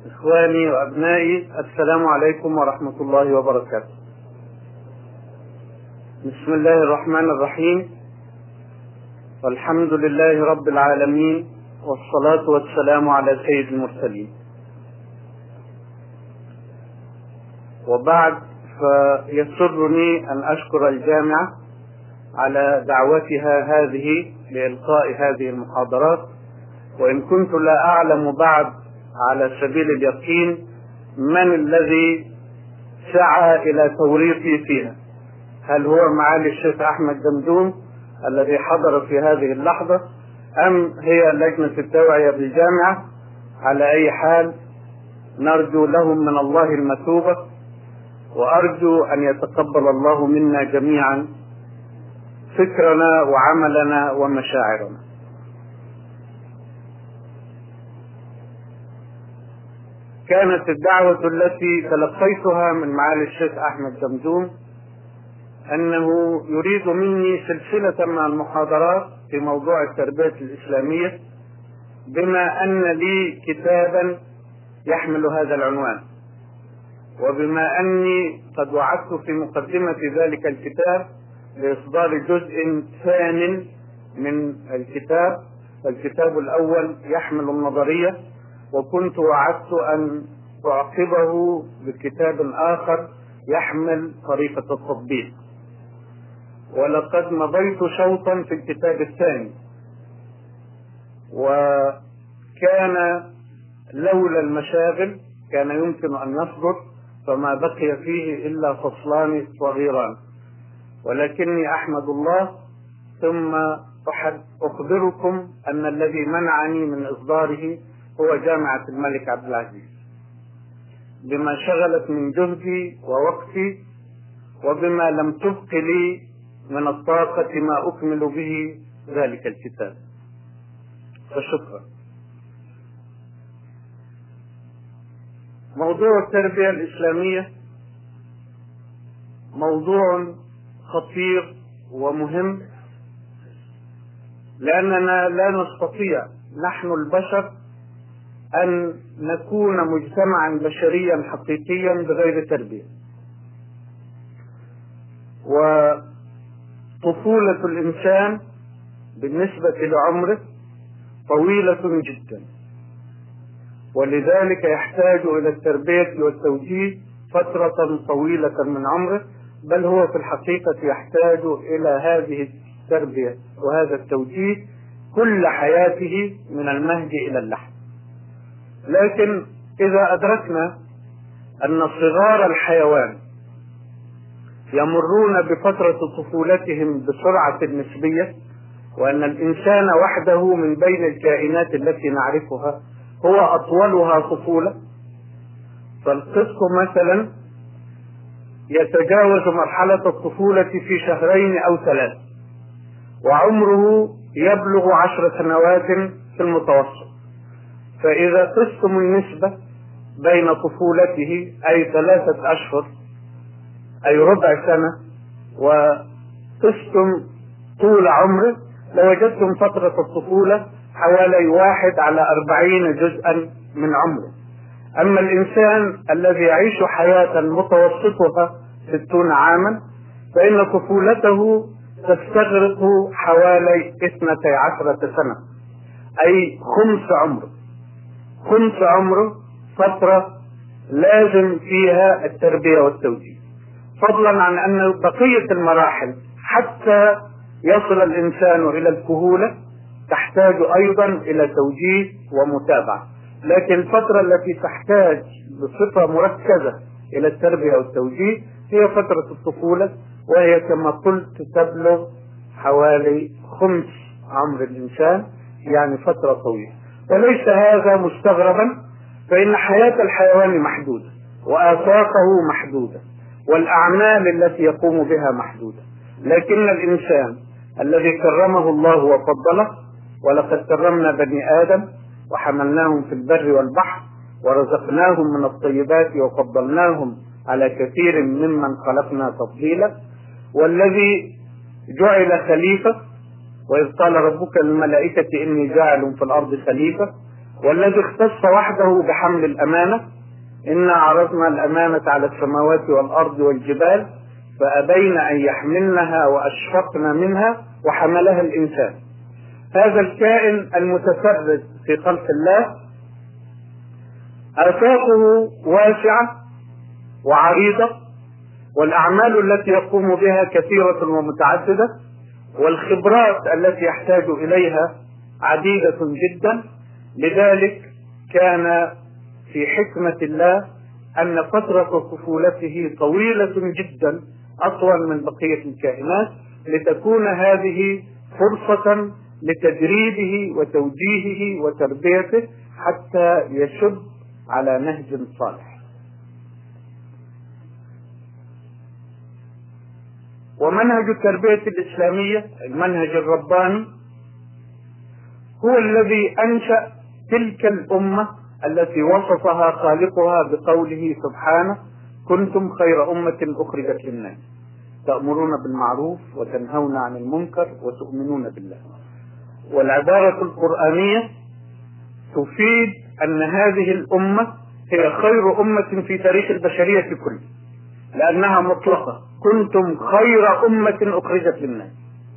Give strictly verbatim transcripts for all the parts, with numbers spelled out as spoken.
إخواني وأبنائي، السلام عليكم ورحمة الله وبركاته. بسم الله الرحمن الرحيم، والحمد لله رب العالمين، والصلاة والسلام على سيد المرسلين. وبعد، فيسرني أن أشكر الجامعة على دعوتها هذه لإلقاء هذه المحاضرات، وإن كنت لا أعلم بعد على سبيل اليقين من الذي سعى إلى توريطي فيها، هل هو معالي الشيخ أحمد جمدوم الذي حضر في هذه اللحظة، أم هي لجنة التوعية بالجامعة؟ على أي حال، نرجو لهم من الله المثوبة، وأرجو أن يتقبل الله منا جميعا فكرنا وعملنا ومشاعرنا. كانت الدعوة التي تلقيتها من معالي الشيخ أحمد جمدوم أنه يريد مني سلسلة من المحاضرات في موضوع التربية الإسلامية، بما أن لي كتابا يحمل هذا العنوان، وبما أني قد وعدت في مقدمة ذلك الكتاب بإصدار جزء ثان من الكتاب. الكتاب الأول يحمل النظرية، وكنت وعدت أن أعقبه بكتاب آخر يحمل طريقة التطبيق، ولقد مضيت شوطا في الكتاب الثاني، وكان لولا المشاغل كان يمكن أن يصدر، فما بقي فيه إلا فصلان صغيران، ولكني أحمد الله ثم أخبركم أن الذي منعني من إصداره هو جامعة الملك عبد العزيز، بما شغلت من جهدي ووقتي، وبما لم تبق لي من الطاقة ما أكمل به ذلك الكتاب، فشكرا. موضوع التربية الإسلامية موضوع خطير ومهم، لأننا لا نستطيع نحن البشر أن نكون مجتمعا بشريا حقيقيا بغير تربية. وطفولة الإنسان بالنسبة لعمره طويلة جدا، ولذلك يحتاج إلى التربية والتوجيه فترة طويلة من عمره، بل هو في الحقيقة يحتاج إلى هذه التربية وهذا التوجيه كل حياته من المهد إلى اللحد. لكن إذا أدركنا أن صغار الحيوان يمرون بفترة طفولتهم بسرعة نسبية، وأن الإنسان وحده من بين الكائنات التي نعرفها هو أطولها طفولة، فالقط مثلا يتجاوز مرحلة الطفولة في شهرين أو ثلاث، وعمره يبلغ عشر سنوات في المتوسط. فإذا قستم النسبة بين طفولته أي ثلاثة أشهر أي ربع سنة وقستم طول عمره، لوجدتم فترة الطفولة حوالي واحد على أربعين جزءا من عمره. أما الإنسان الذي يعيش حياة متوسطها ستون عاما فإن طفولته تستغرق حوالي اثنتي عشرة سنة، أي خمس عمره. خمس عمره فترة لازم فيها التربية والتوجيه، فضلا عن أن بقية المراحل حتى يصل الإنسان إلى الكهولة تحتاج أيضا إلى توجيه ومتابعة. لكن الفترة التي تحتاج بصفة مركزة إلى التربية والتوجيه هي فترة الطفولة، وهي كما قلت تبلغ حوالي خمس عمر الإنسان، يعني فترة طويلة. وليس هذا مستغربا، فإن حياة الحيوان محدودة، وآفاقه محدودة، والأعمال التي يقوم بها محدودة. لكن الإنسان الذي كرمه الله وفضله، ولقد كرمنا بني آدم وحملناهم في البر والبحر ورزقناهم من الطيبات وفضلناهم على كثير ممن خلقنا تفضيلا، والذي جعل خليفة، وإذ قال ربك للملائكة إني جاعل في الأرض خليفة، والذي اختص وحده بحمل الأمانة. إنا عرضنا الأمانة على السماوات والأرض والجبال فأبين أن يحملنها وأشفقن منها وحملها الإنسان. هذا الكائن المتفرد في خلق الله آفاقه واسعة وعريضة، والأعمال التي يقوم بها كثيرة ومتعددة، والخبرات التي يحتاج إليها عديدة جدا. لذلك كان في حكمة الله أن فترة طفولته طويلة جدا، أطول من بقية الكائنات، لتكون هذه فرصة لتدريبه وتوجيهه وتربيته حتى يشب على نهج صالح. ومنهج التربية الإسلامية، المنهج الرباني، هو الذي أنشأ تلك الأمة التي وصفها خالقها بقوله سبحانه: كنتم خير أمة أخرجت للناس تأمرون بالمعروف وتنهون عن المنكر وتؤمنون بالله. والعبارة القرآنية تفيد أن هذه الأمة هي خير أمة في تاريخ البشرية كله، لأنها مطلقة: كنتم خير أمة أخرجت للناس.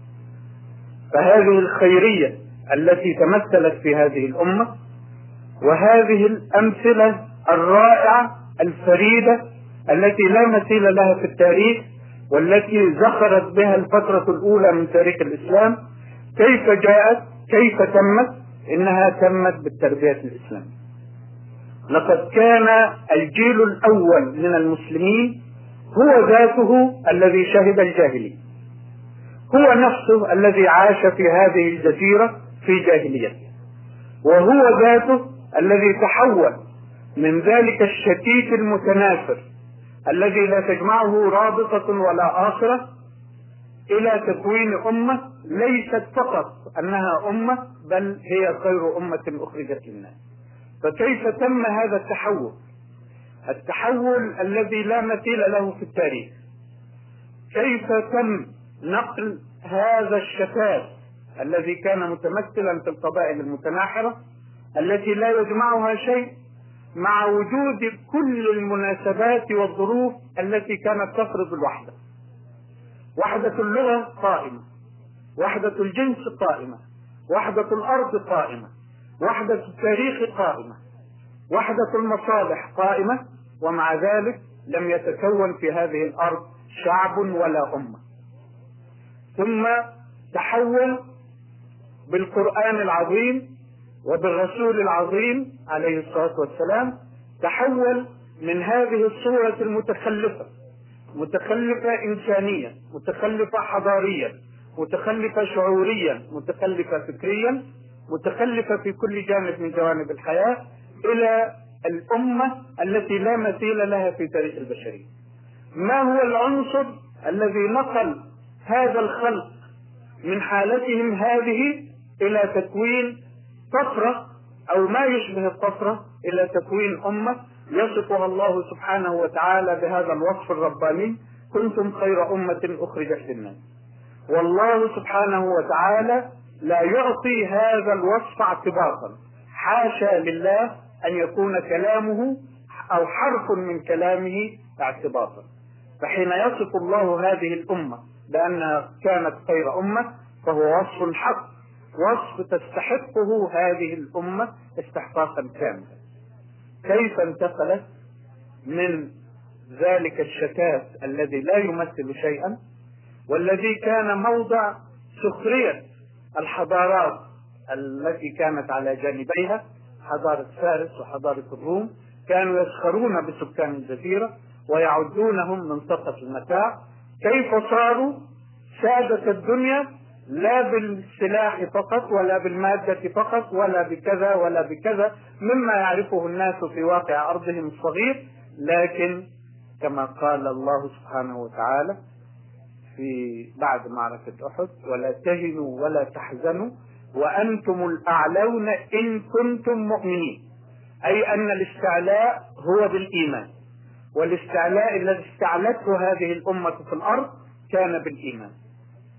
فهذه الخيرية التي تمثلت في هذه الأمة، وهذه الأمثلة الرائعة الفريدة التي لا مثيل لها في التاريخ، والتي زخرت بها الفترة الأولى من تاريخ الإسلام، كيف جاءت؟ كيف تمت؟ إنها تمت بالتربية الإسلامية. لقد كان الجيل الأول من المسلمين هو ذاته الذي شهد الجاهلية، هو نفسه الذي عاش في هذه الجزيرة في جاهليته، وهو ذاته الذي تحول من ذلك الشتيت المتناثر الذي لا تجمعه رابطة ولا آخرة إلى تكوين أمة ليست فقط أنها أمة، بل هي خير أمة أخرجت للناس. فكيف تم هذا التحول؟ التحول الذي لا مثيل له في التاريخ. كيف تم نقل هذا الشتات الذي كان متمثلا في القبائل المتناحرة التي لا يجمعها شيء، مع وجود كل المناسبات والظروف التي كانت تفرض الوحدة. وحدة اللغة قائمة، وحدة الجنس قائمة، وحدة الأرض قائمة، وحدة التاريخ قائمة، وحدة المصالح قائمة، ومع ذلك لم يتكون في هذه الأرض شعب ولا أمة. ثم تحول بالقرآن العظيم وبالرسول العظيم عليه الصلاة والسلام، تحول من هذه الصورة المتخلفة، متخلفة إنسانيا، متخلفة حضاريا، متخلفة شعوريا، متخلفة فكريا، متخلفة في كل جانب من جوانب الحياة، إلى الأمة التي لا مثيل لها في تاريخ البشرية. ما هو العنصر الذي نقل هذا الخلق من حالتهم هذه إلى تكوين طفرة أو ما يشبه الطفرة، إلى تكوين أمة يصفها الله سبحانه وتعالى بهذا الوصف الرباني: كنتم خير أمة أخرجت للناس. والله سبحانه وتعالى لا يعطي هذا الوصف اعتباطا، حاشا لله أن يكون كلامه أو حرف من كلامه اعتباطا. فحين يصف الله هذه الأمة بأنها كانت خير أمة فهو وصف حق، وصف تستحقه هذه الأمة استحقاقا كاملا. كيف انتقلت من ذلك الشتات الذي لا يمثل شيئا، والذي كان موضع سخرية الحضارات التي كانت على جانبيها، حضارة فارس وحضارة الروم، كانوا يسخرون بسكان الجزيرة ويعدونهم منطقة المتاع. كيف صاروا سادة الدنيا، لا بالسلاح فقط ولا بالمادة فقط ولا بكذا ولا بكذا مما يعرفه الناس في واقع أرضهم الصغير، لكن كما قال الله سبحانه وتعالى في بعد معركة أحد: ولا تهنوا ولا تحزنوا وأنتم الأعلون إن كنتم مؤمنين. أي أن الاستعلاء هو بالإيمان، والاستعلاء الذي استعلته هذه الأمة في الأرض كان بالإيمان،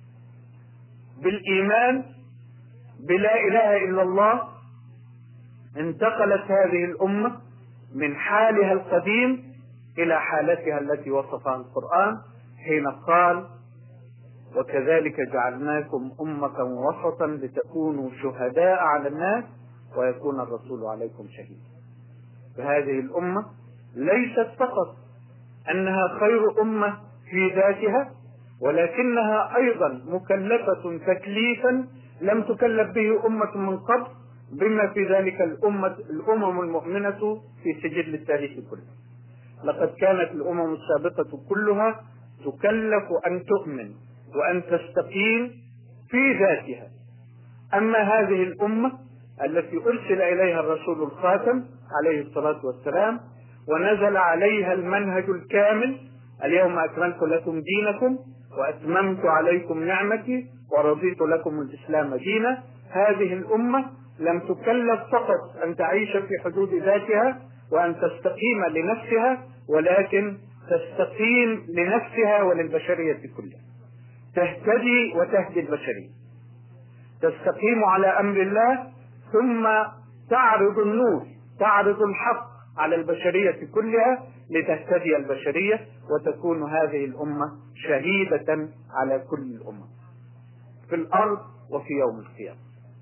بالإيمان بلا إله إلا الله، انتقلت هذه الأمة من حالها القديم إلى حالتها التي وصفها القرآن حين قال: وكذلك جعلناكم أمة وسطا لتكونوا شهداء على الناس ويكون الرسول عليكم شهيدا. فهذه الأمة ليست فقط أنها خير أمة في ذاتها، ولكنها أيضا مكلفة تكليفا لم تكلف به أمة من قبل، بما في ذلك الأمة الأمم المؤمنة في سجل التاريخ كله. لقد كانت الأمم السابقة كلها تكلف أن تؤمن وأن تستقيم في ذاتها. أما هذه الأمة التي أرسل إليها الرسول الخاتم عليه الصلاة والسلام ونزل عليها المنهج الكامل: اليوم أكملت لكم دينكم وأتممت عليكم نعمتي ورضيت لكم الإسلام دينا، هذه الأمة لم تكلف فقط أن تعيش في حدود ذاتها وأن تستقيم لنفسها، ولكن تستقيم لنفسها وللبشرية كلها، تهتدي وتهدي البشرية، تستقيم على أمر الله، ثم تعرض النور، تعرض الحق على البشرية كلها لتهتدي البشرية وتكون هذه الأمة شهيدة على كل الأمم في الأرض وفي يوم القيامة.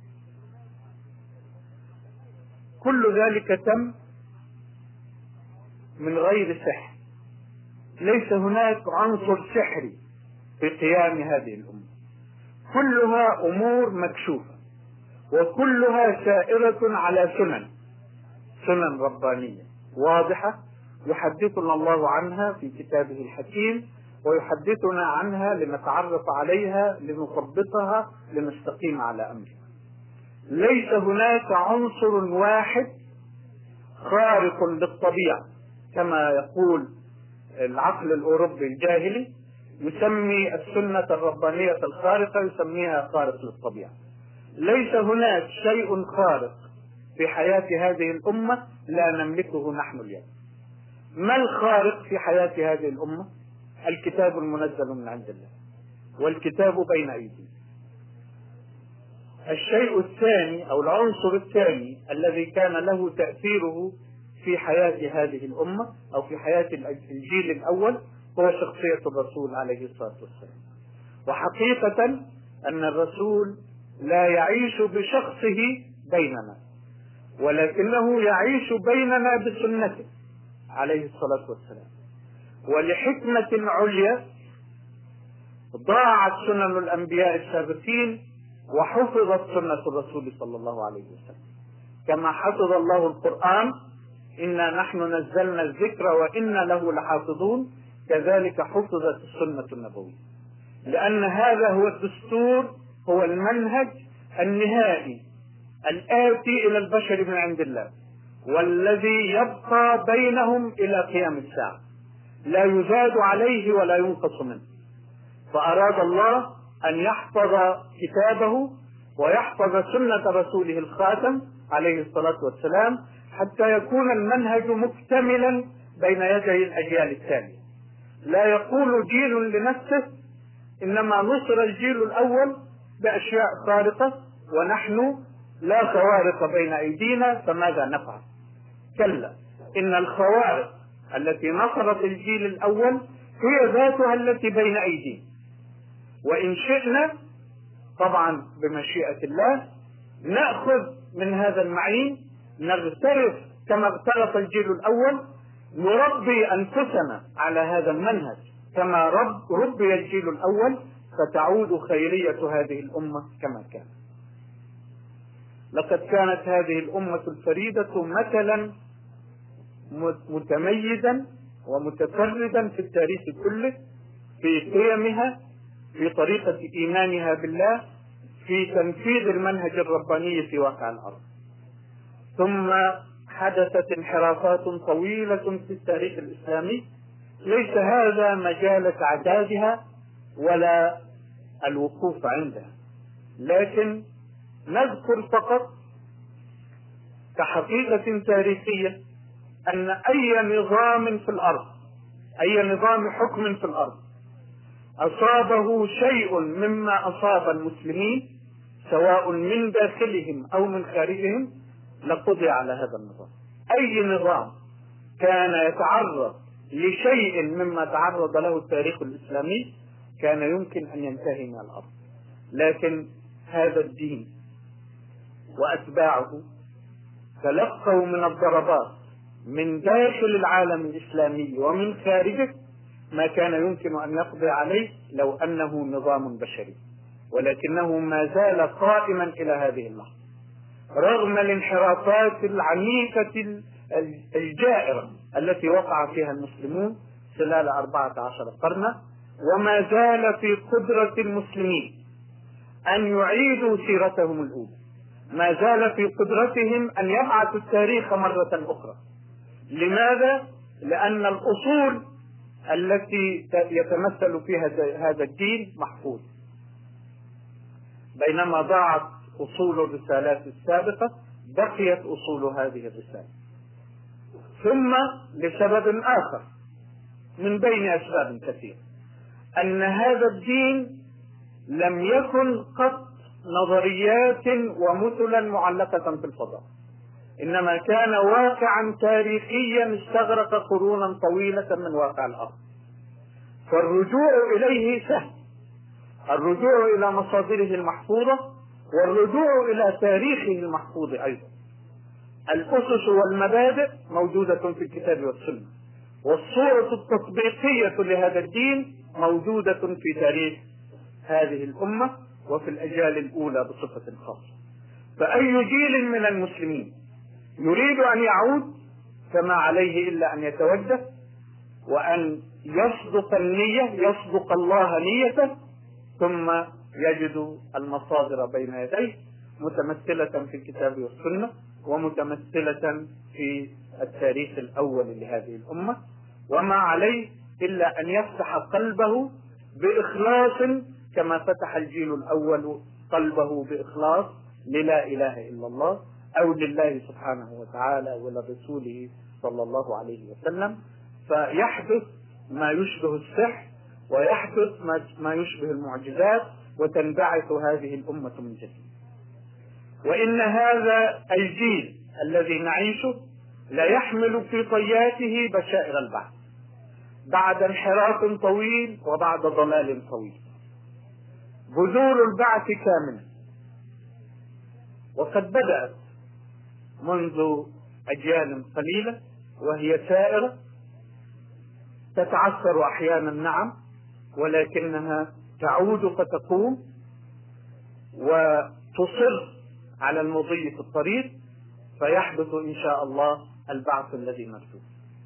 كل ذلك تم من غير سحر، ليس هناك عنصر سحري في قيام هذه الأمة، كلها أمور مكشوفة وكلها سائرة على سنن سنن ربانية واضحة يحدثنا الله عنها في كتابه الحكيم، ويحدثنا عنها لنتعرف عليها لنطبقها لنستقيم على أمرها. ليس هناك عنصر واحد خارق للطبيعة كما يقول العقل الأوروبي الجاهلي، يسمي السنة الربانية الخارقة يسميها خارق للطبيعة. ليس هناك شيء خارق في حياة هذه الأمة لا نملكه نحن اليوم. ما الخارق في حياة هذه الأمة؟ الكتاب المنزل من عند الله، والكتاب بين أيدينا. الشيء الثاني أو العنصر الثاني الذي كان له تأثيره في حياة هذه الأمة أو في حياة الجيل الأول هو شخصية الرسول عليه الصلاة والسلام. وحقيقة أن الرسول لا يعيش بشخصه بيننا، ولكنه يعيش بيننا بسنته عليه الصلاة والسلام. ولحكمة عليا ضاعت سنن الأنبياء السابقين وحفظت سنة الرسول صلى الله عليه وسلم، كما حفظ الله القرآن: إنا نحن نزلنا الذكر وإنا له لحافظون، كذلك حفظت السنة النبوية، لأن هذا هو الدستور، هو المنهج النهائي الآتي إلى البشر من عند الله، والذي يبقى بينهم إلى قيام الساعة، لا يزاد عليه ولا ينقص منه. فأراد الله أن يحفظ كتابه ويحفظ سنة رسوله الخاتم عليه الصلاة والسلام حتى يكون المنهج مكتملا بين يدي الأجيال التالية. لا يقول جيل لنفسه إنما نصر الجيل الأول بأشياء خارقة ونحن لا خوارق بين أيدينا فماذا نفعل؟ كلا، إن الخوارق التي نصرت الجيل الأول هي ذاتها التي بين أيدينا، وإن شئنا طبعا بمشيئة الله نأخذ من هذا المعين، نغترف كما اغترف الجيل الأول، نربي أنفسنا على هذا المنهج كما رب ربي الجيل الأول، فتعود خيرية هذه الأمة كما كان. لقد كانت هذه الأمة الفريدة مثلا متميزا ومتفردا في التاريخ كله، في قيمها، في طريقة إيمانها بالله، في تنفيذ المنهج الرباني في واقع الأرض. ثم حدثت انحرافات طويلة في التاريخ الإسلامي، ليس هذا مجال تعدادها ولا الوقوف عندها، لكن نذكر فقط كحقيقة تاريخية أن أي نظام في الأرض، أي نظام حكم في الأرض أصابه شيء مما أصاب المسلمين سواء من داخلهم أو من خارجهم، لقضي على هذا النظام. أي نظام كان يتعرض لشيء مما تعرض له التاريخ الإسلامي كان يمكن أن ينتهي من الأرض، لكن هذا الدين وأتباعه تلقوا من الضربات من داخل العالم الإسلامي ومن خارجه ما كان يمكن أن يقضي عليه لو أنه نظام بشري، ولكنه ما زال قائما إلى هذه اللحظة رغم الانحرافات العنيفة الجائرة التي وقع فيها المسلمون خلال أربعة عشر قرنا. وما زال في قدرة المسلمين أن يعيدوا سيرتهم الأولى، ما زال في قدرتهم أن يبعثوا التاريخ مرة أخرى. لماذا؟ لأن الأصول التي يتمثل فيها هذا الدين محفوظ، بينما ضاعت أصول الرسالات السابقة بقيت أصول هذه الرسالة. ثم لسبب آخر من بين أسباب كثيرة، أن هذا الدين لم يكن قط نظريات ومثلا معلقة في الفضاء، إنما كان واقعا تاريخيا استغرق قرونا طويلة من واقع الأرض. فالرجوع إليه سهل، الرجوع إلى مصادره المحفوظة والرجوع إلى تاريخه المحفوظ أيضا. الأسس والمبادئ موجودة في الكتاب والسنة، والصورة التطبيقية لهذا الدين موجودة في تاريخ هذه الأمة وفي الأجيال الأولى بصفة خاصة. فأي جيل من المسلمين يريد أن يعود فما عليه إلا أن يتوجه وأن يصدق النية، يصدق الله نيته، ثم يجد المصادر بين يديه متمثلة في الكتاب والسنة ومتمثلة في التاريخ الأول لهذه الأمة، وما عليه إلا أن يفتح قلبه بإخلاص كما فتح الجيل الأول قلبه بإخلاص للا إله إلا الله أو لله سبحانه وتعالى ولرسوله صلى الله عليه وسلم، فيحدث ما يشبه السحر ويحدث ما يشبه المعجزات وتنبعث هذه الأمة من جديد. وإن هذا الجيل الذي نعيشه لا يحمل في طياته بشائر البعث بعد انحراف طويل وبعد ضلال طويل. بذور البعث كامنة، وقد بدأت منذ أجيال قليلة وهي سائرة تتعثر أحيانا نعم، ولكنها تعود فتقوم وتصر على المضي في الطريق، فيحدث إن شاء الله البعث الذي نرجوه.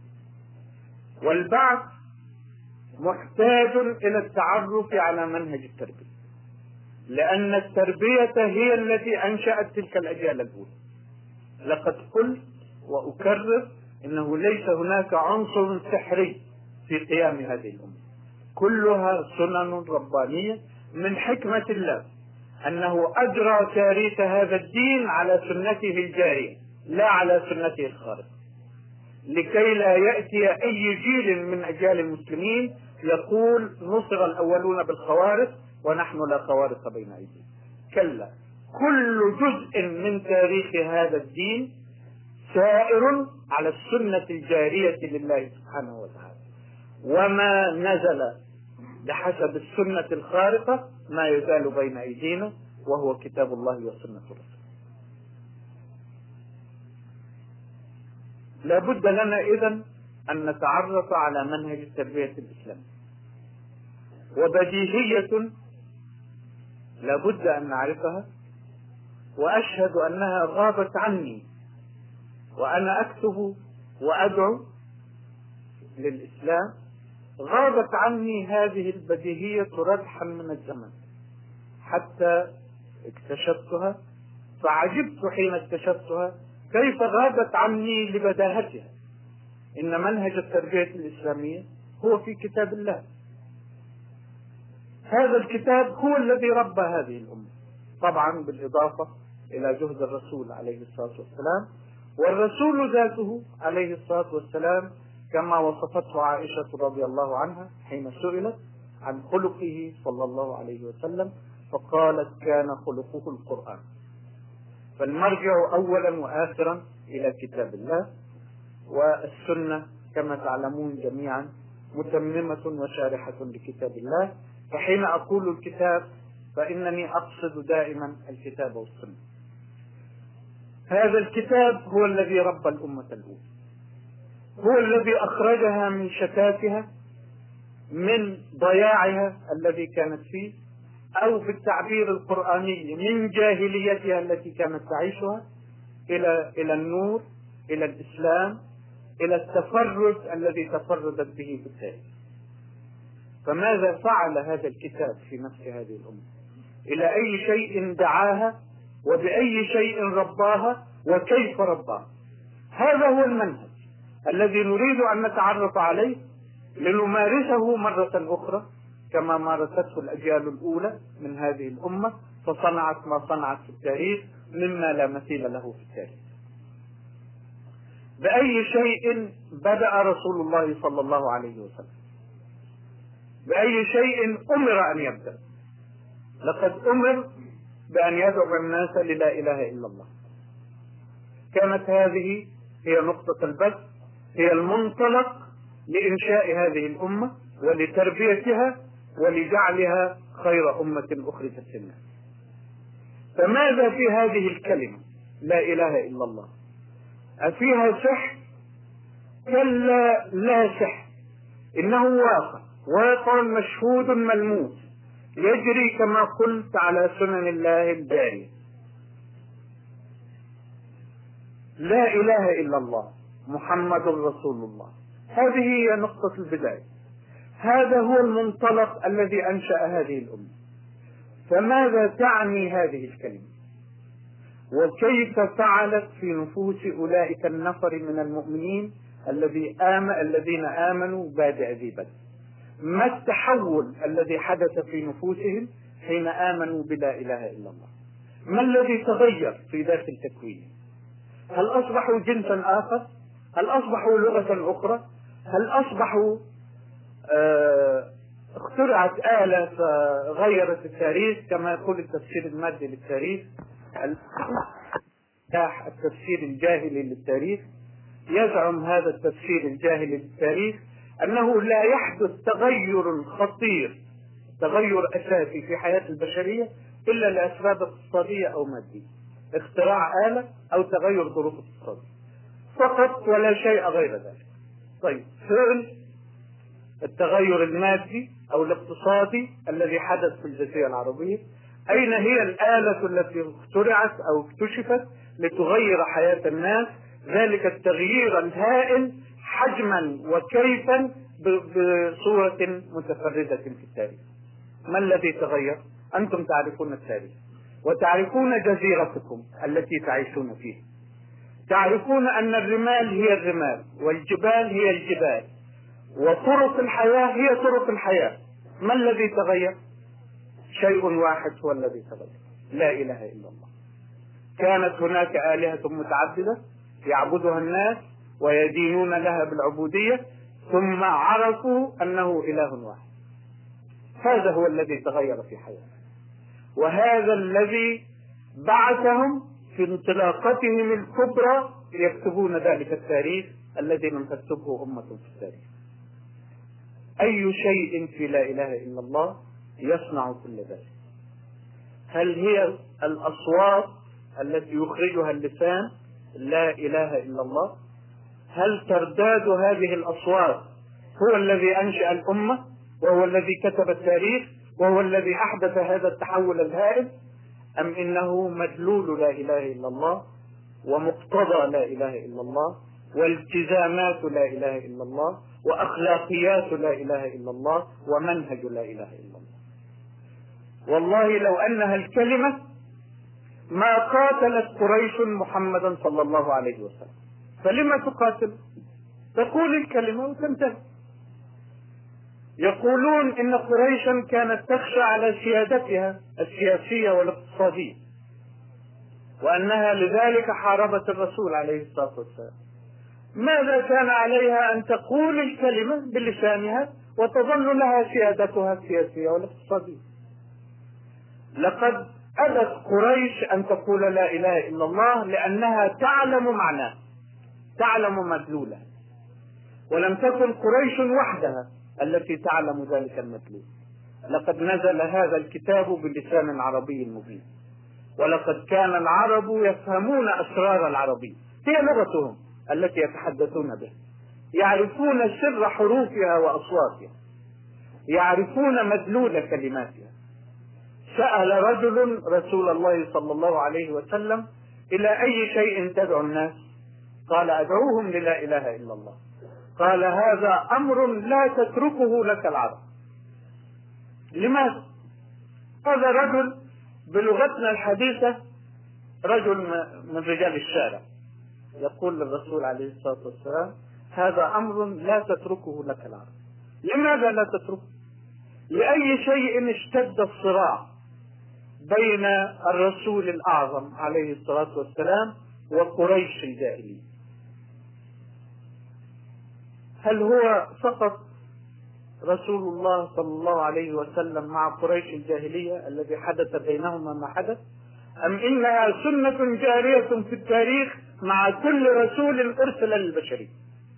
والبعث محتاج إلى التعرف على منهج التربية، لأن التربية هي التي أنشأت تلك الأجيال الأولى. لقد قلت وأكرر إنه ليس هناك عنصر سحري في قيام هذه الأمة، كلها سنن ربانية من حكمة الله أنه أجرى تاريخ هذا الدين على سنته الجارية لا على سنته الخارقة، لكي لا يأتي أي جيل من أجيال المسلمين يقول نصر الأولون بالخوارق ونحن لا خوارق بين أيدينا. كلا، كل جزء من تاريخ هذا الدين سائر على السنة الجارية لله سبحانه وتعالى، وما نزل بحسب السنة الخارقة ما يزال بين أيدينا وهو كتاب الله وسنة رسوله. لا بد لنا إذن أن نتعرف على منهج التربية الإسلامية، وبديهية لا بد أن نعرفها، وأشهد أنها غابت عني وأنا أكتب وأدعو للإسلام. غابت عني هذه البديهية ردحا من الزمن حتى اكتشفتها، فعجبت حين اكتشفتها كيف غابت عني لبداهتها. إن منهج التربية الإسلامية هو في كتاب الله، هذا الكتاب هو الذي ربى هذه الأمة، طبعا بالإضافة إلى جهد الرسول عليه الصلاة والسلام. والرسول ذاته عليه الصلاة والسلام كما وصفته عائشة رضي الله عنها حين سئلت عن خلقه صلى الله عليه وسلم فقالت كان خلقه القرآن. فالمرجع أولا وآخرا إلى كتاب الله، والسنة كما تعلمون جميعا متممة وشارحة لكتاب الله. فحين أقول الكتاب فإنني أقصد دائما الكتاب والسنة. هذا الكتاب هو الذي ربى الأمة الأولى، هو الذي أخرجها من شتاتها، من ضياعها الذي كانت فيه، أو بالتعبير القرآني من جاهليتها التي كانت تعيشها إلى إلى النور، إلى الإسلام، إلى التفرد الذي تفردت به في التاريخ. فماذا فعل هذا الكتاب في نفس هذه الأمة؟ إلى أي شيء دعاها، وبأي شيء رباها، وكيف رباها؟ هذا هو المنهج الذي نريد أن نتعرف عليه لنمارسه مرة أخرى كما مارسته الأجيال الأولى من هذه الأمة، فصنعت ما صنعت في التاريخ مما لا مثيل له في التاريخ. بأي شيء بدأ رسول الله صلى الله عليه وسلم؟ بأي شيء أمر أن يبدأ؟ لقد أمر بأن يدعو الناس للا إله إلا الله. كانت هذه هي نقطة البدء، هي المنطلق لإنشاء هذه الأمة ولتربيتها ولجعلها خير أمة أخرجت للناس. فماذا في هذه الكلمة لا إله إلا الله؟ أفيها سحر؟ كلا لا سحر، إنه واقع، واقع مشهود ملموس، يجري كما قلت على سنن الله الجارية. لا إله إلا الله محمد رسول الله، هذه هي نقطة البداية، هذا هو المنطلق الذي أنشأ هذه الأمة. فماذا تعني هذه الكلمة؟ وكيف فعلت في نفوس أولئك النفر من المؤمنين الذي آمن الذين آمنوا بادئ ذي بدء؟ ما التحول الذي حدث في نفوسهم حين آمنوا بلا إله إلا الله؟ ما الذي تغير في داخل تكوينهم؟ هل أصبحوا جنسا آخر؟ هل أصبحوا لغة أخرى؟ هل أصبحوا آه اخترعت آلة فغيرت التاريخ كما يقول التفسير المادي للتاريخ، التفسير الجاهلي للتاريخ؟ يزعم هذا التفسير الجاهلي للتاريخ أنه لا يحدث تغير خطير، تغير أساسي في حياة البشرية إلا لأسباب اقتصادية أو مادية، اختراع آلة أو تغير ظروف اقتصادية فقط ولا شيء غير ذلك. طيب، فعل التغير المادي أو الاقتصادي الذي حدث في الجزيرة العربية، أين هي الآلة التي اخترعت أو اكتشفت لتغير حياة الناس ذلك التغيير الهائل حجما وكيفا بصورة متفردة في التاريخ؟ ما الذي تغير؟ أنتم تعرفون التاريخ وتعرفون جزيرتكم التي تعيشون فيها، تعرفون أن الرمال هي الرمال والجبال هي الجبال وطرق الحياة هي طرق الحياة. ما الذي تغير؟ شيء واحد هو الذي تغير، لا إله إلا الله. كانت هناك آلهة متعددة يعبدها الناس ويدينون لها بالعبودية، ثم عرفوا أنه إله واحد. هذا هو الذي تغير في حياتهم، وهذا الذي بعثهم في انطلاقتهم الكبرى يكتبون ذلك التاريخ الذي لم تكتبه أمة في التاريخ. أي شيء في لا إله إلا الله يصنع كل ذلك؟ هل هي الأصوات التي يخرجها اللسان لا إله إلا الله؟ هل ترداد هذه الأصوات هو الذي أنشأ الأمة وهو الذي كتب التاريخ وهو الذي أحدث هذا التحول الهائل، أم إنه مدلول لا إله إلا الله ومقتضى لا إله إلا الله والتزامات لا إله إلا الله وأخلاقيات لا إله إلا الله ومنهج لا إله إلا الله؟ والله لو أنها الكلمة ما قاتلت قريش محمدا صلى الله عليه وسلم، فلما تقاتل؟ تقول الكلمة وتنتهي. يقولون إن قريشا كانت تخشى على سيادتها السياسية والاقتصادية وأنها لذلك حاربت الرسول عليه الصلاة والسلام. ماذا كان عليها؟ أن تقول الكلمة بلسانها وتظل لها سيادتها السياسية والاقتصادية. لقد أبت قريش أن تقول لا إله إلا الله لأنها تعلم معناه، تعلم مدلوله، ولم تكن قريش وحدها التي تعلم ذلك المدلول. لقد نزل هذا الكتاب بلسان عربي مبين، ولقد كان العرب يفهمون أسرار العربية، هي لغتهم التي يتحدثون بها، يعرفون سر حروفها وأصواتها، يعرفون مدلول كلماتها. سأل رجل رسول الله صلى الله عليه وسلم: إلى أي شيء تدعو الناس؟ قال: أدعوهم للا إله إلا الله. قال: هذا أمر لا تتركه لك العرب. لماذا؟ هذا رجل بلغتنا الحديثة رجل من رجال الشارع يقول للرسول عليه الصلاة والسلام: هذا أمر لا تتركه لك العرب. لماذا لا تتركه؟ لأي شيء اشتد الصراع بين الرسول الأعظم عليه الصلاة والسلام وقريش الجاهلية. هل هو فقط رسول الله صلى الله عليه وسلم مع قريش الجاهلية الذي حدث بينهما ما حدث، أم إنها سنة جارية في التاريخ مع كل رسول أرسل للبشرية؟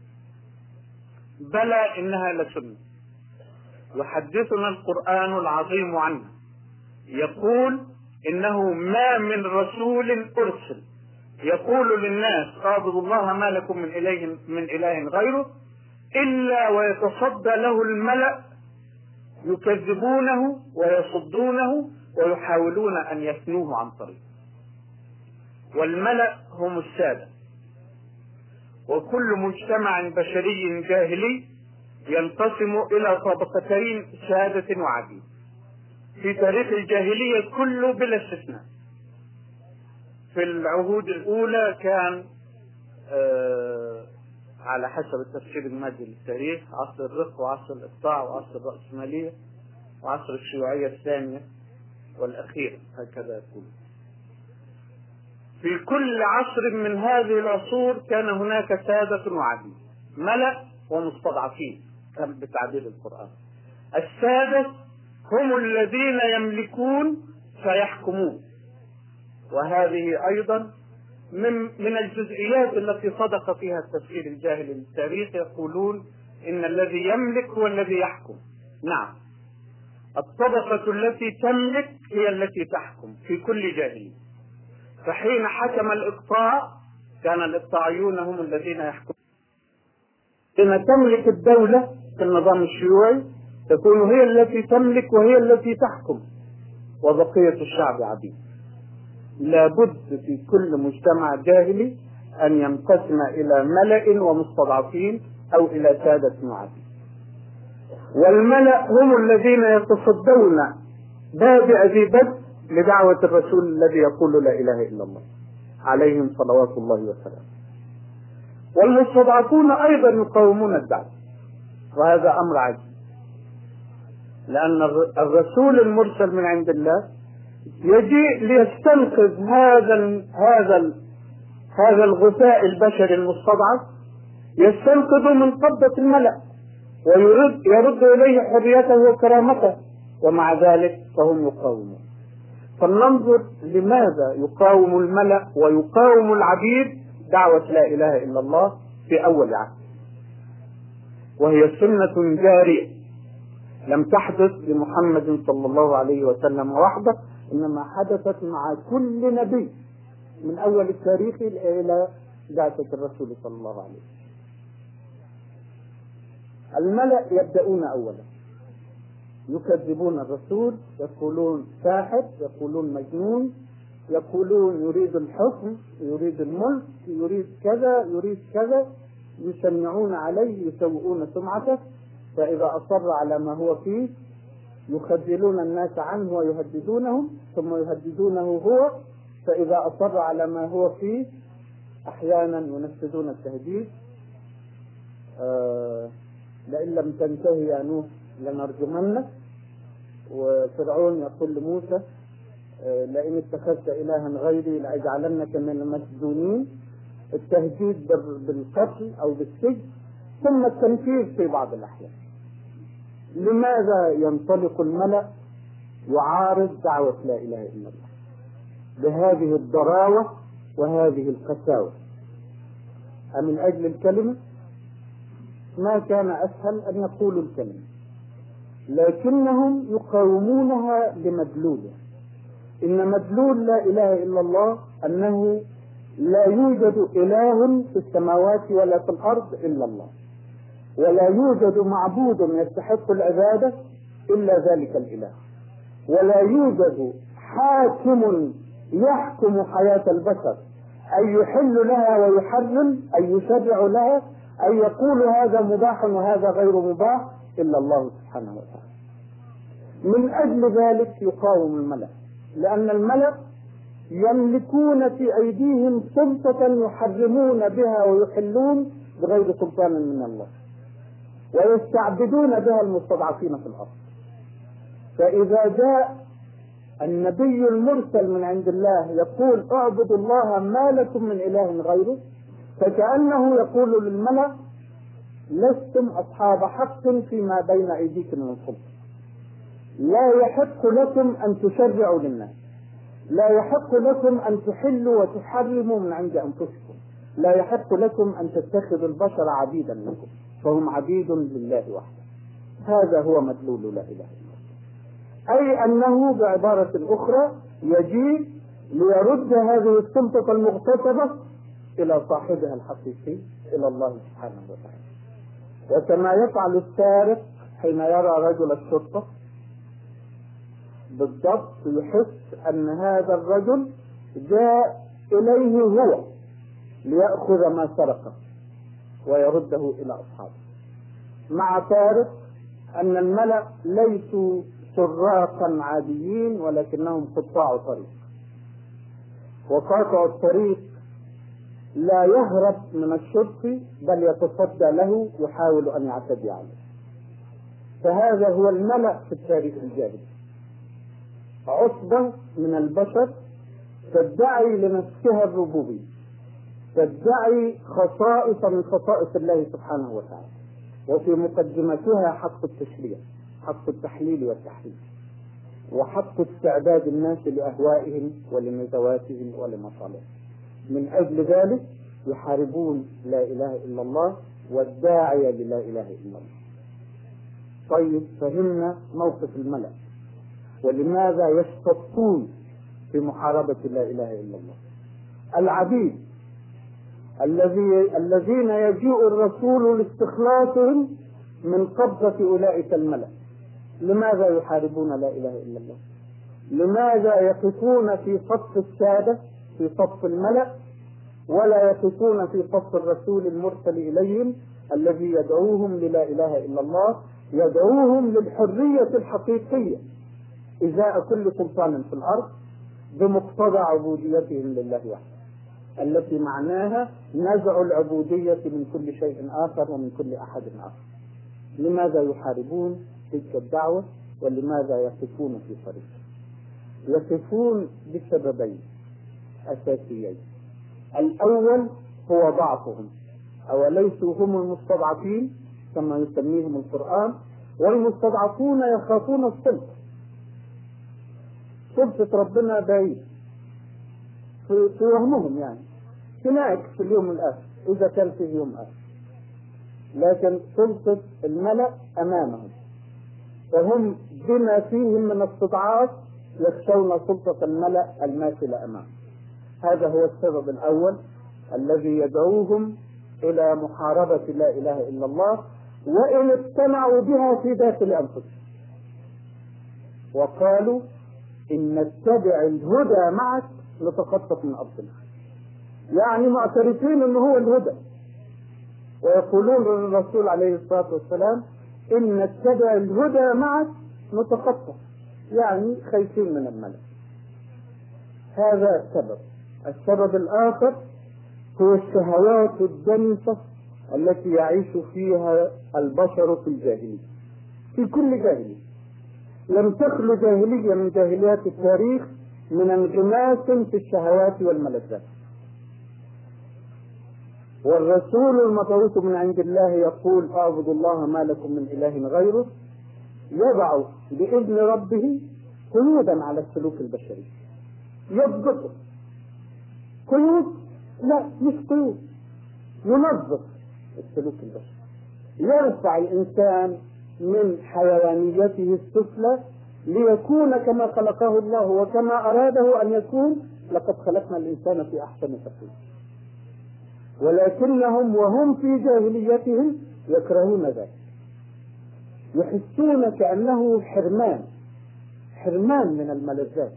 بلى إنها لسنة، يحدثنا القرآن العظيم عنها، يقول: إنه ما من رسول أرسل يقول للناس اعبدوا الله ما لكم من إله من إله غيره إلا ويتصدى له الملأ يكذبونه ويصدونه ويحاولون أن يثنوه عن طريق. والملأ هم السادة، وكل مجتمع بشري جاهلي ينقسم إلى طبقتين: سادة وعبيد. في تاريخ الجاهلية كله بلا استثناء. في العهود الأولى كان آه على حسب التفسير المادي للتاريخ عصر الرق وعصر الإقطاع وعصر الرأسمالية وعصر الشيوعية الثانية والأخيرة، هكذا يقول. في كل عصر من هذه العصور كان هناك سادة وعبيد، ملأ ومستضعفين بتعبير القرآن. السادة هم الذين يملكون فيحكمون، وهذه أيضا من من الجزئيات التي صدق فيها التفسير الجاهلي للتاريخ. يقولون إن الذي يملك هو الذي يحكم. نعم، الطبقة التي تملك هي التي تحكم في كل جاهلية. فحين حكم الإقطاع كان الإقطاعيون هم الذين يحكمون. حين تملك الدولة في النظام الشيوعي تكون هي التي تملك وهي التي تحكم، وبقية الشعب عبيد. لابد في كل مجتمع جاهلي أن ينقسم إلى ملأ ومستضعفين أو إلى سادة وعبيد. والملأ هم الذين يتصدون باب ذي بدء لدعوة الرسول الذي يقول لا إله إلا الله عليهم صلوات الله وسلامه. والمستضعفون أيضا يقاومون الدعوة، وهذا أمر عجيب، لأن الرسول المرسل من عند الله يجيء ليستنقذ هذا ال هذا ال هذا الغثاء البشري المستضعف، يستنقذ من قبضة الملأ ويرد يرد إليه حريته وكرامته، ومع ذلك فهم يقاومون. فلننظر لماذا يقاوم الملأ ويقاوم العبيد دعوة لا إله إلا الله في أول عهد، وهي سنة جارية لم تحدث لمحمد صلى الله عليه وسلم وحده، إنما حدثت مع كل نبي من أول التاريخ إلى بعثة الرسول صلى الله عليه وسلم. الملأ يبدأون أولا، يكذبون الرسول، يقولون ساحر، يقولون مجنون، يقولون يريد الحكم، يريد الملك، يريد كذا يريد كذا، يسمعون عليه، يسوؤون سمعته. فإذا أصر على ما هو فيه يخذلون الناس عنه ويهددونهم، ثم يهددونه هو. فإذا أصر على ما هو فيه أحيانا ينفذون التهديد: آه لئن لم تنتهي يا نوح لنرجمنك. وفرعون يقول لموسى: آه لئن اتخذت إلها غيري لأجعلنك من المسجونين. التهديد بالقتل أو بالسجن، ثم التنفيذ في بعض الأحيان. لماذا ينطلق الملأ يعارض دعوة لا إله إلا الله؟ بهذه الضراوة وهذه القساوة. أمن أجل الكلمة؟ ما كان أسهل أن يقولوا الكلمة، لكنهم يقاومونها بمدلولها. إن مدلول لا إله إلا الله أنه لا يوجد إله في السماوات ولا في الأرض إلا الله، ولا يوجد معبود يستحق العبادة إلا ذلك الإله، ولا يوجد حاكم يحكم حياة البشر أن يحل لها ويحرم، أن يشرع لها، أن يقول هذا مباح وهذا غير مباح إلا الله سبحانه وتعالى. من أجل ذلك يقاوم الملأ، لأن الملأ يملكون في أيديهم سلطة يحرمون بها ويحلون بغير سلطان من الله، ويستعبدون بها المستضعفين في الأرض. فإذا جاء النبي المرسل من عند الله يقول اعبدوا الله ما لكم من إله غيره، فكأنه يقول للملأ لستم أصحاب حق فيما بين أيديكم من سلطة، لا يحق لكم أن تشرعوا للناس، لا يحق لكم أن تحلوا وتحرموا من عند أنفسكم، لا يحق لكم أن تتخذوا البشر عبيدا لكم، فهم عبيد لله وحده. هذا هو مدلول لا إله إلا الله، أي أنه بعبارة أخرى يجيء ليرد هذه السلطة المغتصبة إلى صاحبها الحقيقي، إلى الله سبحانه وتعالى. وكما يفعل السارق حين يرى رجل الشرطة بالضبط يحس أن هذا الرجل جاء إليه هو ليأخذ ما سرقه ويرده إلى أصحابه، مع فارق أن الملأ ليسوا سراقا عاديين ولكنهم قطاع طريق، وقاطع الطريق لا يهرب من الشرطي بل يتصدى له يحاول أن يعتدي عليه. فهذا هو الملأ في التاريخ الجاهلي، عصبة من البشر تدعي لنفسها الربوبية، تدعي خصائص من خصائص الله سبحانه وتعالى، وفي مقدمتها حق التشريع، حق التحليل والتحريم، وحق استعداد الناس لأهوائهم ولنزواتهم ولمصالحهم. من أجل ذلك يحاربون لا إله إلا الله والداعية للا إله إلا الله. طيب، فهمنا موقف الملأ ولماذا يشتطون في محاربة لا إله إلا الله. العبيد الذي الذين يجيء الرسول لاستخلاصهم من قبضة أولئك الملأ، لماذا يحاربون لا إله إلا الله؟ لماذا يقفون في صف السادة في صف الملأ ولا يقفون في صف الرسول المرسل إليهم الذي يدعوهم للا إله إلا الله، يدعوهم للحرية الحقيقية إزاء كل سلطان في الأرض بمقتضى عبوديتهم لله وحده، التي معناها نزع العبودية من كل شيء آخر ومن كل أحد آخر. لماذا يحاربون تلك الدعوة ولماذا يقفون في طريق؟ يقفون بسببين أساسيين. الأول هو ضعفهم، أوليسوا هم المستضعفين كما يسميهم القرآن، والمستضعفون يخافون السلطة. سلطة ربنا بعيد في وهمهم، يعني هناك في اليوم الآخر إذا كان في يوم آخر، لكن سلطة الملأ أمامهم، فهم بما فيهم من استضعاف يخشون سلطة الملأ الماثلة أمامهم. هذا هو السبب الأول الذي يدعوهم إلى محاربة لا إله إلا الله، وإن اقتنعوا بها في داخل أنفسهم وقالوا إن نتبع الهدى معك نتخطف من أرضنا، يعني معترفين أنه هو الهدى، ويقولون للرسول عليه الصلاة والسلام إن نتبع الهدى معك نتخطف، يعني خايفين من الملك. هذا السبب. السبب الآخر هو الشهوات الدنسة التي يعيش فيها البشر في الجاهلية، في كل جاهلية. لم تخلو جاهلية من جاهليات التاريخ من انغماس في الشهوات والملذات. والرسول المبعوث من عند الله يقول اعبدوا الله ما لكم من إله غيره، يضع بإذن ربه قيودا على السلوك البشري، يضبطه. قيود؟ لا، مش قيود، ينظف السلوك البشري، يرفع الإنسان من حيوانيته السفلى ليكون كما خلقه الله وكما أراده أن يكون. لقد خلقنا الإنسان في أحسن تقويم، ولكنهم وهم في جاهليتهم يكرهون ذلك، يحسون كأنه حرمان حرمان من الملذات.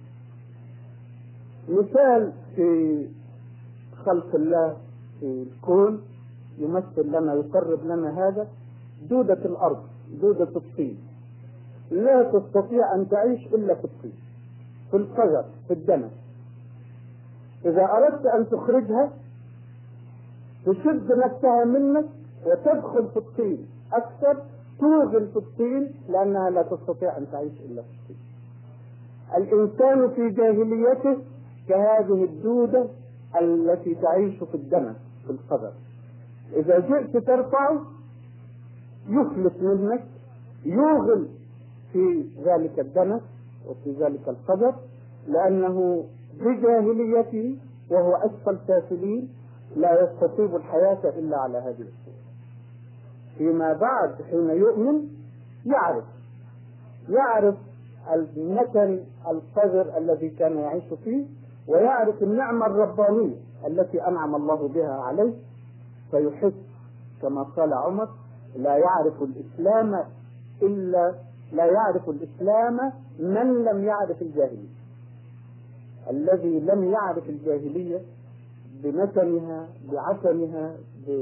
مثال في خلق الله في الكون يمثل لنا يقرب لنا هذا: دودة الأرض، دودة الطين، لا تستطيع أن تعيش إلا في الطين، في القذر، في الدنس. إذا أردت أن تخرجها تشد نفسها منك وتدخل في الطين أكثر، توغل في الطين لأنها لا تستطيع أن تعيش إلا في الطين. الإنسان في جاهليته كهذه الدودة التي تعيش في الدنس، في القذر. إذا جئت ترفعه يفلت منك، يوغل في ذلك الدنس وفي ذلك القذر، لأنه بجاهليته وهو أسفل سافلين لا يستطيع الحياة إلا على هذه الصورة. فيما بعد حين يؤمن يعرف يعرف المكان القذر الذي كان يعيش فيه، ويعرف النعمة الربانية التي أنعم الله بها عليه، فيحس كما قال عمر: لا يعرف الإسلام إلا لا يعرف الإسلام من لم يعرف الجاهلية. الذي لم يعرف الجاهلية بنتنها، بعتمها،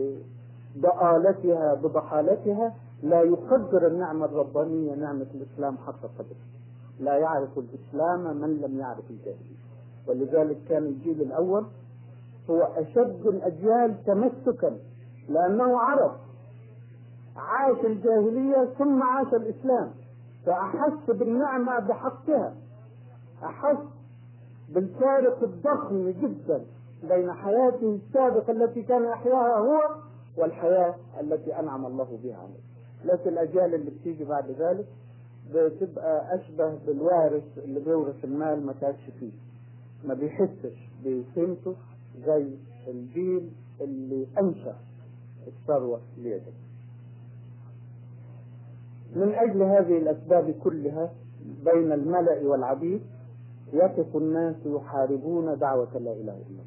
بضآلتها، بضحالتها، لا يقدر النعمة الربانية، نعمة الإسلام حق قدره. لا يعرف الإسلام من لم يعرف الجاهلية. ولذلك كان الجيل الأول هو أشد الأجيال تمسكا، لأنه عرف، عاش الجاهلية ثم عاش الإسلام، فأحس بالنعمة بحقها، أحس بالفارق الضخم جدا بين حياته السابقة التي كان يحياها هو والحياة التي أنعم الله بها عليه. لكن الأجيال اللي بتيجي بعد ذلك بتبقى أشبه بالوارث اللي بيورث المال ما كانش فيه، ما بيحسش بقيمته زي الجيل اللي أنشأ الثروة ليده. من أجل هذه الأسباب كلها بين الملأ والعبيد يقف الناس يحاربون دعوة لا إله إلا الله،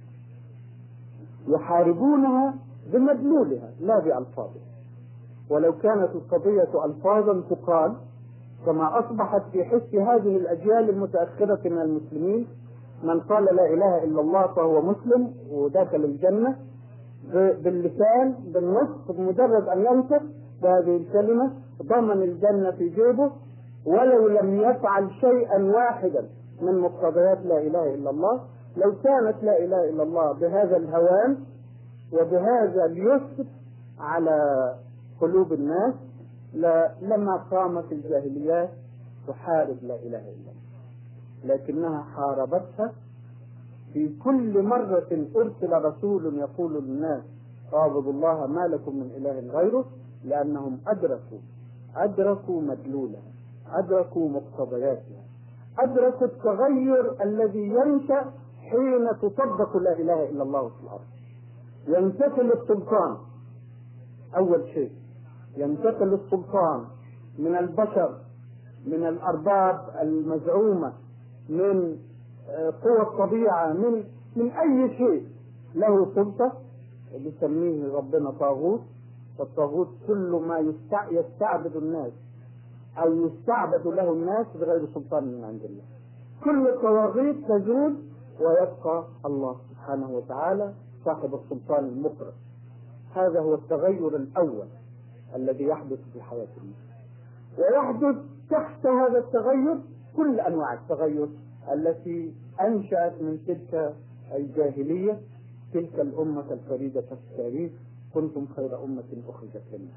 يحاربونها بمدلولها لا بألفاظها. ولو كانت القضية ألفاظا تقال كما أصبحت في حس هذه الأجيال المتأخرة من المسلمين: من قال لا إله إلا الله فهو مسلم ودخل الجنة باللسان بالنص، بمجرد أن ينطق بهذه الكلمة ضمن الجنة في جيبه، ولو لم يفعل شيئا واحدا من مقتضيات لا إله إلا الله. لو كانت لا إله إلا الله بهذا الهوان وبهذا اليسر على قلوب الناس لما قامت الجاهليات تحارب لا إله إلا الله، لكنها حاربتها في كل مرة أرسل رسول يقول للناس: اعبدوا الله ما لكم من إله غيره، لأنهم أدركوا أدركوا مدلولها، أدركوا مقتضياتها، أدركوا التغير الذي ينشأ حين تطبق لا إله إلا الله في الأرض. ينتقل السلطان، أول شيء ينتقل السلطان من البشر، من الأرباب المزعومة، من قوى الطبيعة، من من أي شيء له سلطة يسميه ربنا طاغوت. والطاغوت كل ما يستعبد الناس أو يستعبد له الناس بغير سلطان من عند الله. كل الطواغيت تزول ويبقى الله سبحانه وتعالى صاحب السلطان المقرر. هذا هو التغير الأول الذي يحدث في حياة الناس، ويحدث تحت هذا التغير كل أنواع التغير التي أنشأت من تلك الجاهلية تلك الأمة الفريدة في التاريخ: كنتم خير أمة أخرجت للناس.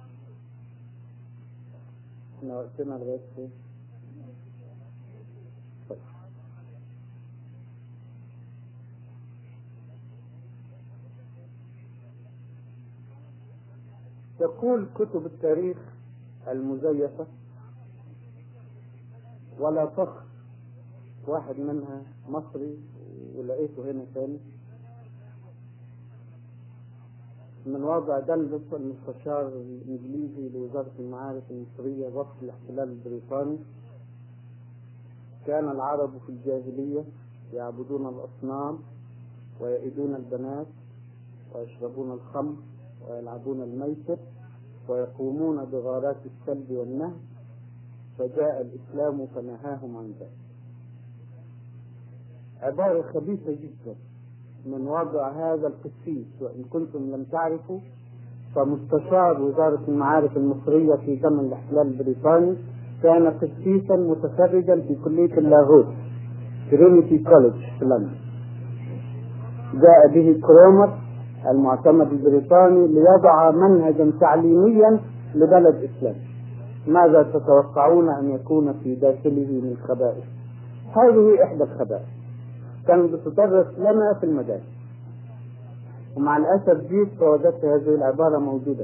احنا وقتنا لغاية فين؟ تقول كتب التاريخ المزيفة ولا فخر، واحد منها مصري ولقيته هنا ثاني من وضع دلبس المستشار الإنجليزي لوزارة المعارف المصرية وقت الاحتلال البريطاني. كان العرب في الجاهلية يعبدون الأصنام ويئدون البنات ويشربون الخمر ويلعبون الميسر ويقومون بغارات السلب والنهب، فجاء الإسلام فنهاهم عن ذلك. عبارة خبيثة جدا من وضع هذا القسيس، وإن كنتم لم تعرفوا فمستشار وزارة المعارف المصرية في زمن الاحتلال البريطاني كان قسيسا متخرجا في كلية اللاهوت ترينيتي كوليدج في لندن. جاء به كرومر المعتمد البريطاني ليضع منهجا تعليميا لبلد إسلامي. ماذا تتوقعون أن يكون في داخله من خبائث؟ هذه إحدى الخبائث كانت بتدرس لنا في المدارس، ومع الأسف جيت فوجدت هذه العبارة موجودة.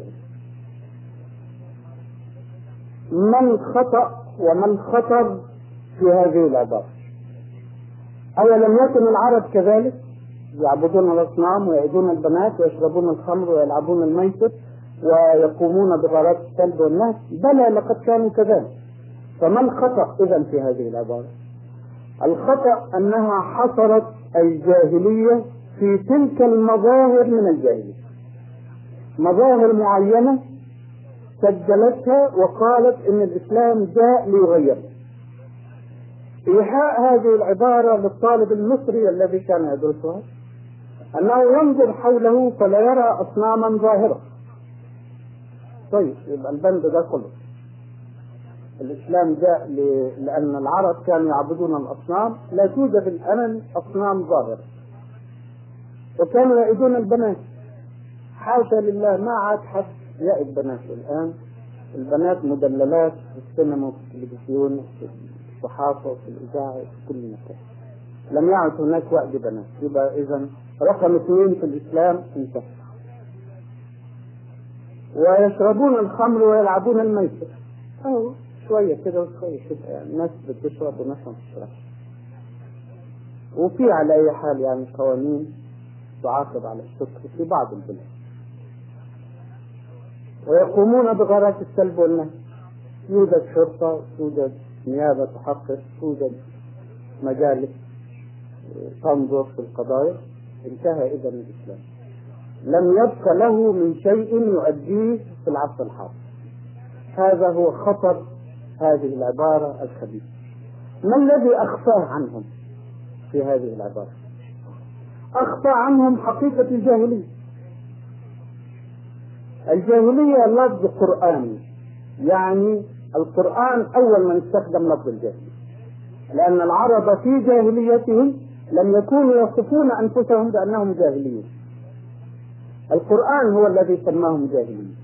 ما الخطأ وما الخطر في هذه العبارة؟ أولم يكن العرب كذلك يعبدون الأصنام ويعيدون البنات ويشربون الخمر ويلعبون الميسر ويقومون بغارات السلب والنهب؟ بلى، لقد كانوا كذلك. فما الخطأ إذن في هذه العبارة؟ الخطأ أنها حصرت الجاهلية في تلك المظاهر من الجاهلية، مظاهر معينة سجلتها وقالت إن الإسلام جاء ليغير. إيحاء هذه العبارة للطالب المصري الذي كان يدرسها أنه ينظر حوله فلا يرى أصناما ظاهرة. طيب يبقى البند ده كله الإسلام جاء لأن العرب كانوا يعبدون الأصنام، لا توجد الآن أصنام ظاهرة، وكانوا يعيدون البنات. حاشا لله، ما عاد حد يعيد بنات الآن. البنات مدللات في السينما وفي التلفزيون وفي الصحافة وفي الإذاعة وفي كل مكان. لم يعد هناك وعد بنات. يبقى إذن رقم اثنين في الإسلام انتهى. ويشربون الخمر ويلعبون الميسر، أو شوية كده وشوية كده، يعني ناس بتشرب وناس ما بتشربش. وفي على أي حال يعني قوانين تعاقب على الشكر في بعض البلاد. ويقومون بغارات السلب والنهب. يوجد شرطة، توجد نيابة تحقق، توجد مجالس تنظر في القضايا. انتهى إذن الإسلام، لم يبق له من شيء يؤديه في العصر الحاضر. هذا هو خطر هذه العبارة الخبيثة. ما الذي أخفاه عنهم في هذه العبارة؟ أخفى عنهم حقيقة الجاهلية. الجاهلية لفظ قرآني، يعني القرآن أول من استخدم لفظ الجاهلية، لأن العرب في جاهليتهم لم يكونوا يصفون أنفسهم بأنهم جاهليون. القرآن هو الذي سماهم جاهلين.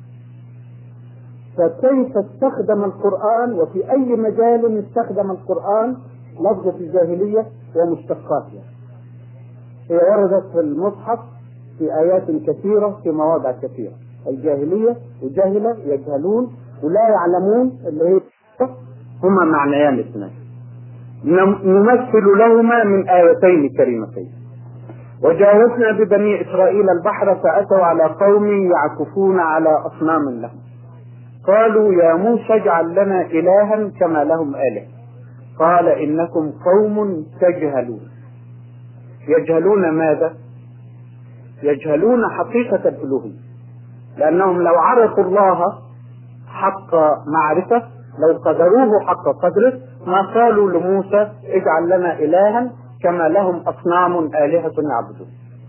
فكيف استخدم القرآن وفي أي مجال استخدم القرآن لفظة الجاهلية ومشتقاتها؟ هي وردت في المصحف في آيات كثيرة في مواضع كثيرة. الجاهلية وجاهلة، يجهلون ولا يعلمون، اللي هي هما معنيان اثنين نمثل لهما من آيتين كريمتين. وجاوزنا ببني إسرائيل البحر فأتوا على قوم يعكفون على أصنام لهم، قالوا يا موسى اجعل لنا إلها كما لهم آله، قال إنكم قوم تجهلون. يجهلون ماذا؟ يجهلون حقيقة الألوهية، لأنهم لو عرفوا الله حق معرفة، لو قدروه حق قدره، ما قالوا لموسى اجعل لنا إلها كما لهم أصنام آلهة يعبدون.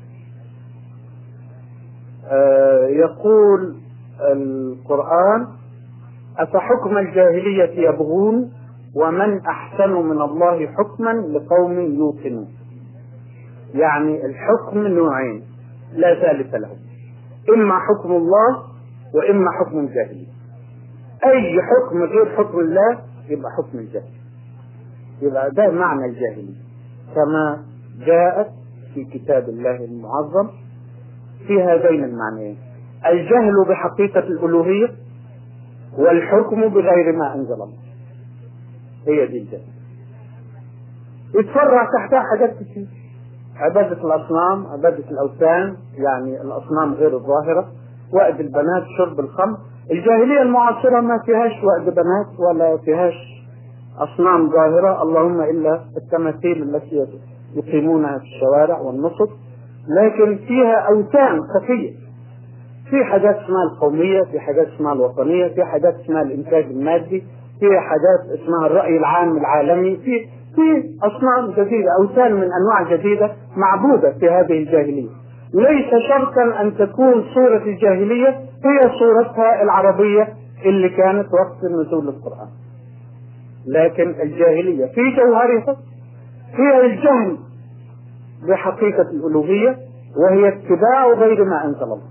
آه يقول القرآن أفحكم الجاهلية يبغون ومن أحسن من الله حكما لقوم يوقنون. يعني الحكم نوعين لا ثالث له، إما حكم الله وإما حكم الجاهلية. أي حكم غير حكم الله يبقى حكم الجاهلية. يبقى ده معنى الجاهلية كما جاءت في كتاب الله المعظم في هذين المعنيين: الجهل بحقيقة الألوهية والحكم بغير ما أنزل الله. هي دي الجهل. يتفرع تحتها حاجات كتير. عبادة الأصنام، عبادة الأوثان، يعني الأصنام غير الظاهرة، وأد البنات، شرب الخمر. الجاهلية المعاصرة ما فيهاش وأد بنات ولا فيهاش أصنام ظاهرة، اللهم إلا التماثيل التي يقيمونها في الشوارع والنصب، لكن فيها أوثان خفية. في حاجات اسمها القومية، في حاجات اسمها الوطنية، في حاجات اسمها الإنتاج المادي، في حاجات اسمها الرأي العام العالمي، في في أصنام جديدة، أوثان من أنواع جديدة معبودة في هذه الجاهلية. ليس شرطا أن تكون صورة الجاهلية هي صورتها العربية اللي كانت وقت نزول القرآن، لكن الجاهلية في جوهرها هي الجهل بحقيقة الألوهية، وهي اتباع غير ما أنزل الله.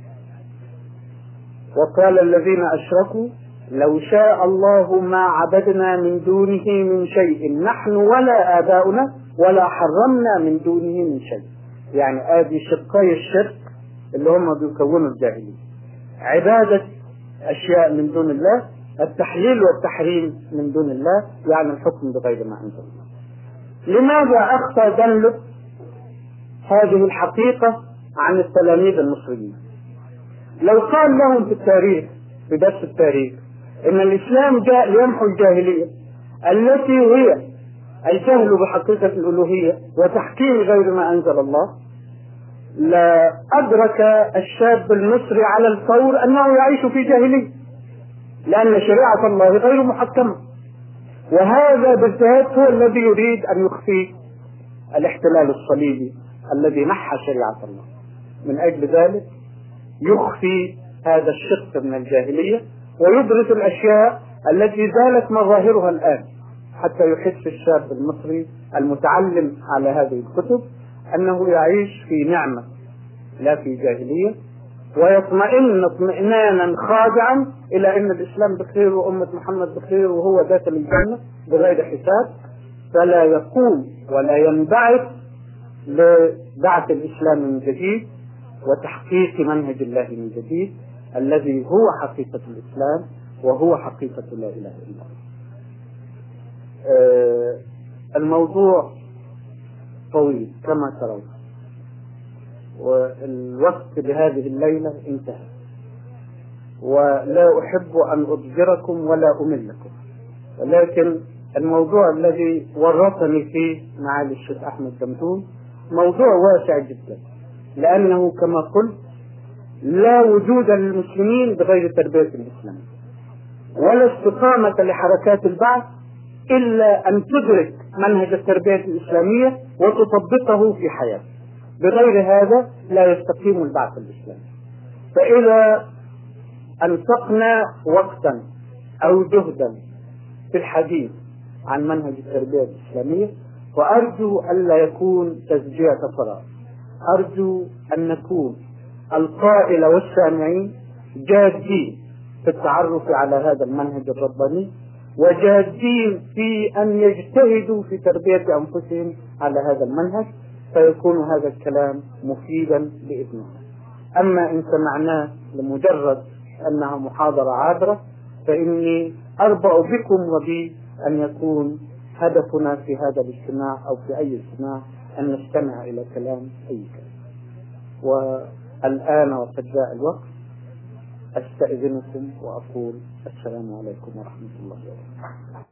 وقال الذين أشركوا لو شاء الله ما عبدنا من دونه من شيء نحن ولا آباؤنا ولا حرمنا من دونه من شيء. يعني آدي شقي الشرك اللي هم بيكونوا الجاهلية: عبادة أشياء من دون الله، التحليل والتحريم من دون الله، يعني الحكم بغير ما أنزل الله. لماذا أخفى دلة هذه الحقيقة عن التلاميذ المصريين؟ لو قال لهم في التاريخ، في درس التاريخ، إن الإسلام جاء ليمحو الجاهلية التي هي الجهل بحقيقة الألوهية وتحكيم غير ما أنزل الله، لا أدرك الشاب المصري على الفور أنه يعيش في جاهلية، لأن شريعة الله غير محكمة. وهذا بالذات هو الذي يريد أن يخفي الاحتلال الصليبي الذي نحى شريعة الله. من أجل ذلك يخفي هذا الشق من الجاهلية ويبرز الأشياء التي زالت مظاهرها الآن، حتى يحس الشاب المصري المتعلم على هذه الكتب أنه يعيش في نعمة لا في جاهلية، ويطمئن اطمئنانا خاضعا إلى أن الإسلام بخير وأمة محمد بخير وهو داخل الجنة بغير حساب، فلا يقوم ولا ينبعث لبعث الإسلام من جديد وتحقيق منهج الله من جديد الذي هو حقيقة الإسلام وهو حقيقة لا إله إلا الله. آه الموضوع طويل كما ترون، والوقت بهذه الليلة انتهى، ولا أحب أن أضجركم ولا أملكم، ولكن الموضوع الذي ورطني فيه معالي الشيخ أحمد دمدون موضوع واسع جدا، لأنه كما قلت لا وجود للمسلمين بغير تربية الإسلام، ولا استقامة لحركات البعث إلا أن تدرك منهج التربية الإسلامية وتطبقه في حياتك. بغير هذا لا يستقيم البعث الإسلامي. فإذا أنفقنا وقتا أو جهدا في الحديث عن منهج التربية الإسلامية، وأرجو ألا يكون تشجيع فراغ، أرجو أن نكون القائل والسامعين جادين في التعرف على هذا المنهج الرباني، وجادين في أن يجتهدوا في تربية أنفسهم على هذا المنهج، فيكون هذا الكلام مفيدا بإذن الله. أما إن سمعناه لمجرد أنها محاضرة عابرة فإني أربأ بكم وبي أن يكون هدفنا في هذا الاجتماع أو في أي اجتماع أن نستمع إلى كلام أي كلام. والآن وقد جاء الوقت أستأذنكم وأقول السلام عليكم ورحمة الله وبركاته.